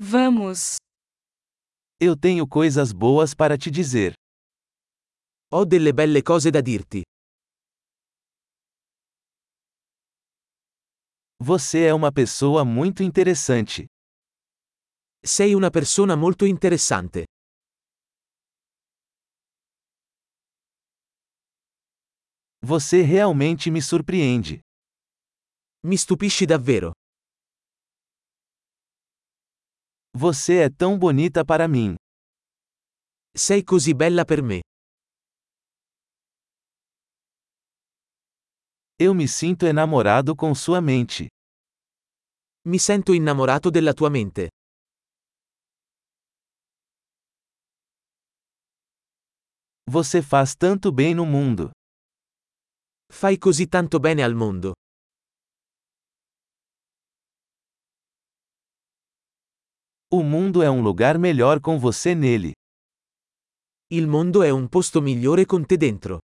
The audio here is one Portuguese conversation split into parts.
Vamos. Eu tenho coisas boas para te dizer. Ho delle belle cose da dirti. Você é uma pessoa muito interessante. Sei una persona molto interessante. Você realmente me surpreende. Mi stupisci davvero. Você é tão bonita para mim. Sei così bella per me. Eu me sinto enamorado com sua mente. Mi sento innamorato della tua mente. Você faz tanto bem no mundo. Fai così tanto bene al mondo. O mundo é um lugar melhor com você nele. Il mondo è un posto migliore con te dentro.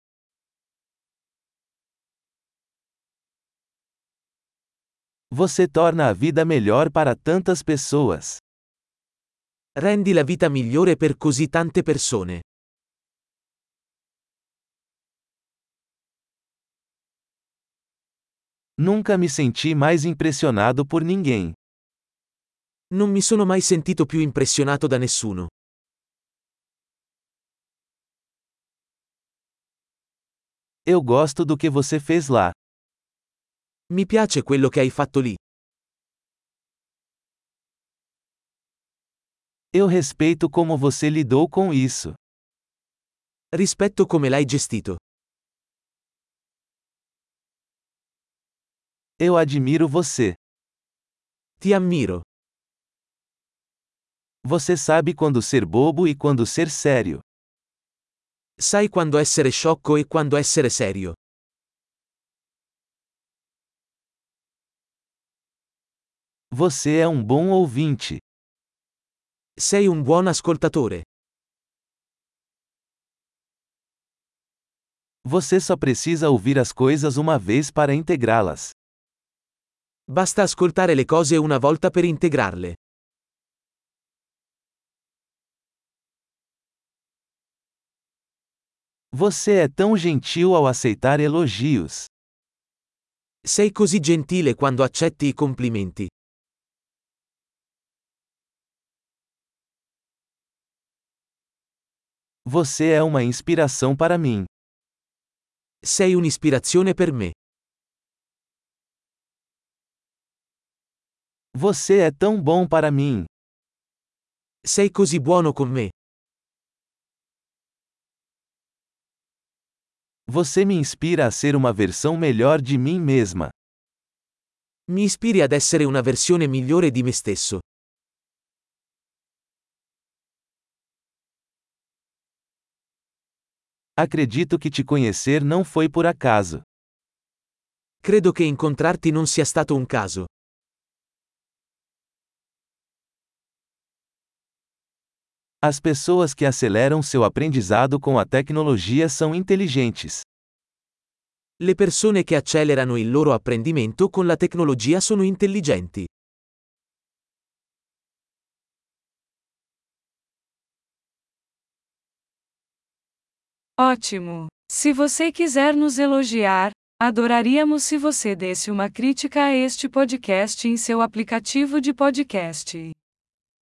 Você torna a vida melhor para tantas pessoas. Rendi la vita migliore per così tante persone. Nunca me senti mais impressionado por ninguém. Non mi sono mai sentito più impressionato da nessuno. Eu gosto do que você fez lá. Mi piace quello che hai fatto lì. Eu respeito como você lidou com isso. Rispetto come l'hai gestito. Eu admiro você. Ti ammiro. Você sabe quando ser bobo e quando ser sério. Sai quando essere sciocco e quando essere serio. Você é um bom ouvinte. Sei un buon ascoltatore. Você só precisa ouvir as coisas uma vez para integrá-las. Basta ascoltare le cose una volta per integrarle. Você é tão gentil ao aceitar elogios. Sei così gentile quando accetti i complimenti. Você é uma inspiração para mim. Sei un'ispirazione per me. Você é tão bom para mim. Sei così buono con me. Você me inspira a ser uma versão melhor de mim mesma. Mi ispiri ad essere una versione migliore di me stesso. Acredito que te conhecer não foi por acaso. Credo che incontrarti non sia stato un caso. As pessoas que aceleram seu aprendizado com a tecnologia são inteligentes. Le persone che accelerano il loro apprendimento con la tecnologia sono intelligenti. Ótimo! Se você quiser nos elogiar, adoraríamos se você desse uma crítica a este podcast em seu aplicativo de podcast.